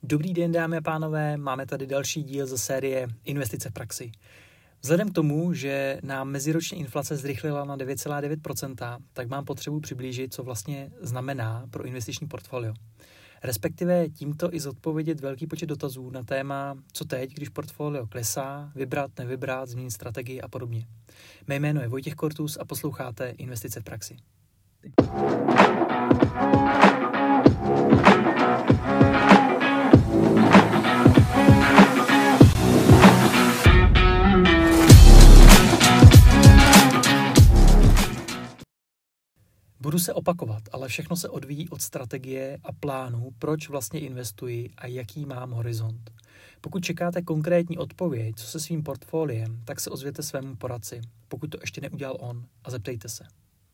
Dobrý den, dámy a pánové, máme tady další díl ze série Investice v praxi. Vzhledem k tomu, že nám meziroční inflace zrychlila na 9,9%, tak mám potřebu přiblížit, co vlastně znamená pro investiční portfolio. Respektive tímto i zodpovědět velký počet dotazů na téma, co teď, když portfolio klesá, vybrat, nevybrat, změnit strategii a podobně. Mé jméno je Vojtěch Kortus a posloucháte Investice v praxi. Budu se opakovat, ale všechno se odvíjí od strategie a plánu, proč vlastně investuji a jaký mám horizont. Pokud čekáte konkrétní odpověď, co se svým portfoliem, tak se ozvěte svému poradci, pokud to ještě neudělal on, a zeptejte se.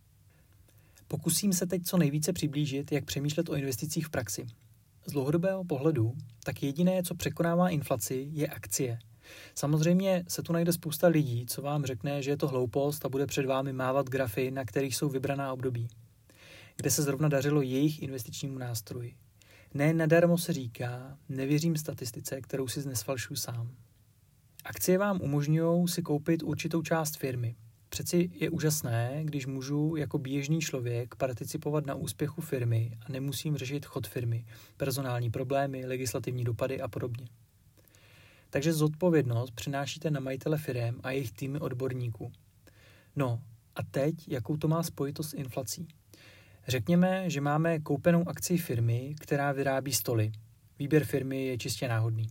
Pokusím se teď co nejvíce přiblížit, jak přemýšlet o investicích v praxi. Z dlouhodobého pohledu, tak jediné, co překonává inflaci, je akcie. Samozřejmě se tu najde spousta lidí, co vám řekne, že je to hloupost a bude před vámi mávat grafy, na kterých jsou vybraná období, kde se zrovna dařilo jejich investičnímu nástroji. Ne nadarmo se říká, nevěřím statistice, kterou si nesfalšuju sám. Akcie vám umožňují si koupit určitou část firmy. Přeci je úžasné, když můžu jako běžný člověk participovat na úspěchu firmy a nemusím řešit chod firmy, personální problémy, legislativní dopady a podobně. Takže zodpovědnost přenášíte na majitele firem a jejich týmy odborníků. No a teď, jakou to má spojitost s inflací? Řekněme, že máme koupenou akci firmy, která vyrábí stoly. Výběr firmy je čistě náhodný.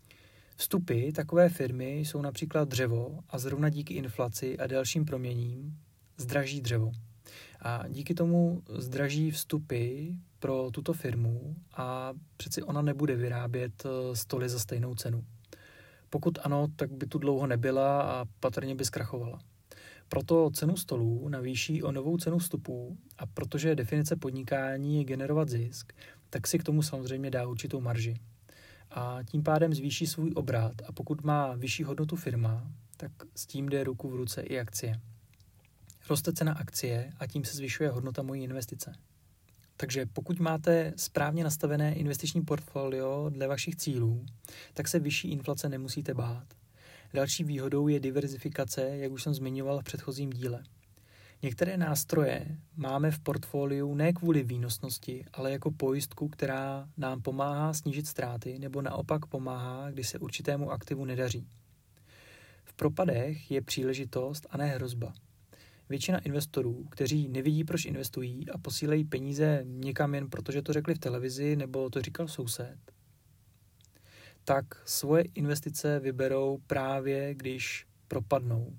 Vstupy takové firmy jsou například dřevo a zrovna díky inflaci a dalším proměním zdraží dřevo. A díky tomu zdraží vstupy pro tuto firmu a přeci ona nebude vyrábět stoly za stejnou cenu. Pokud ano, tak by tu dlouho nebyla a patrně by zkrachovala. Proto cenu stolů navýší o novou cenu vstupů a protože definice podnikání je generovat zisk, tak si k tomu samozřejmě dá určitou marži. A tím pádem zvýší svůj obrat a pokud má vyšší hodnotu firma, tak s tím jde ruku v ruce i akcie. Roste cena akcie a tím se zvyšuje hodnota mojí investice. Takže pokud máte správně nastavené investiční portfolio dle vašich cílů, tak se vyšší inflace nemusíte bát. Další výhodou je diverzifikace, jak už jsem zmiňoval v předchozím díle. Některé nástroje máme v portfoliu ne kvůli výnosnosti, ale jako pojistku, která nám pomáhá snížit ztráty nebo naopak pomáhá, když se určitému aktivu nedaří. V propadech je příležitost a ne hrozba. Většina investorů, kteří nevidí, proč investují a posílají peníze někam jen protože to řekli v televizi nebo to říkal soused, tak svoje investice vyberou právě, když propadnou.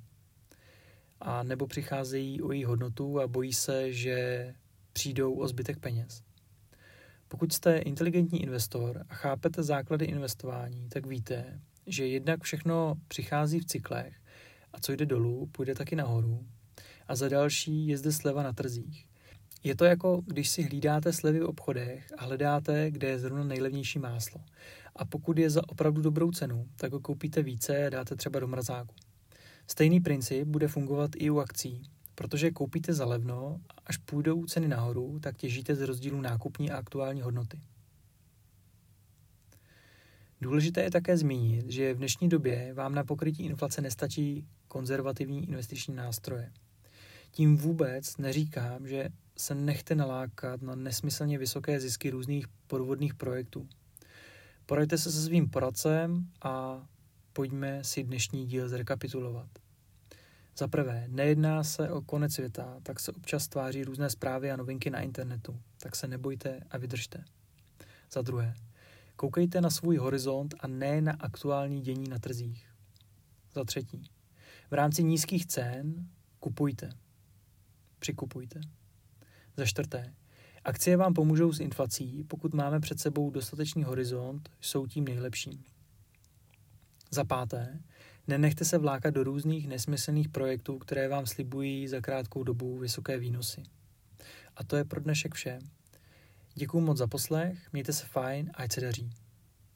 A nebo přicházejí o její hodnotu a bojí se, že přijdou o zbytek peněz. Pokud jste inteligentní investor a chápete základy investování, tak víte, že jednak všechno přichází v cyklech a co jde dolů, půjde taky nahoru. A za další je zde sleva na trzích. Je to jako, když si hlídáte slevy v obchodech a hledáte, kde je zrovna nejlevnější máslo. A pokud je za opravdu dobrou cenu, tak ho koupíte více a dáte třeba do mrazáku. Stejný princip bude fungovat i u akcí, protože koupíte za levno a až půjdou ceny nahoru, tak těžíte z rozdílu nákupní a aktuální hodnoty. Důležité je také zmínit, že v dnešní době vám na pokrytí inflace nestačí konzervativní investiční nástroje. Tím vůbec neříkám, že se nechte nalákat na nesmyslně vysoké zisky různých podvodných projektů. Poraďte se svým poradcem a pojďme si dnešní díl zrekapitulovat. Za prvé, nejedná se o konec světa, tak se občas tváří různé zprávy a novinky na internetu, tak se nebojte a vydržte. Za druhé, koukejte na svůj horizont a ne na aktuální dění na trzích. Za třetí, v rámci nízkých cen kupujte. Přikupujte. Za čtvrté, akcie vám pomůžou s inflací, pokud máme před sebou dostatečný horizont, jsou tím nejlepším. Za páté, nenechte se vlákat do různých nesmyslných projektů, které vám slibují za krátkou dobu vysoké výnosy. A to je pro dnešek vše. Děkuju moc za poslech, mějte se fajn a ať se daří.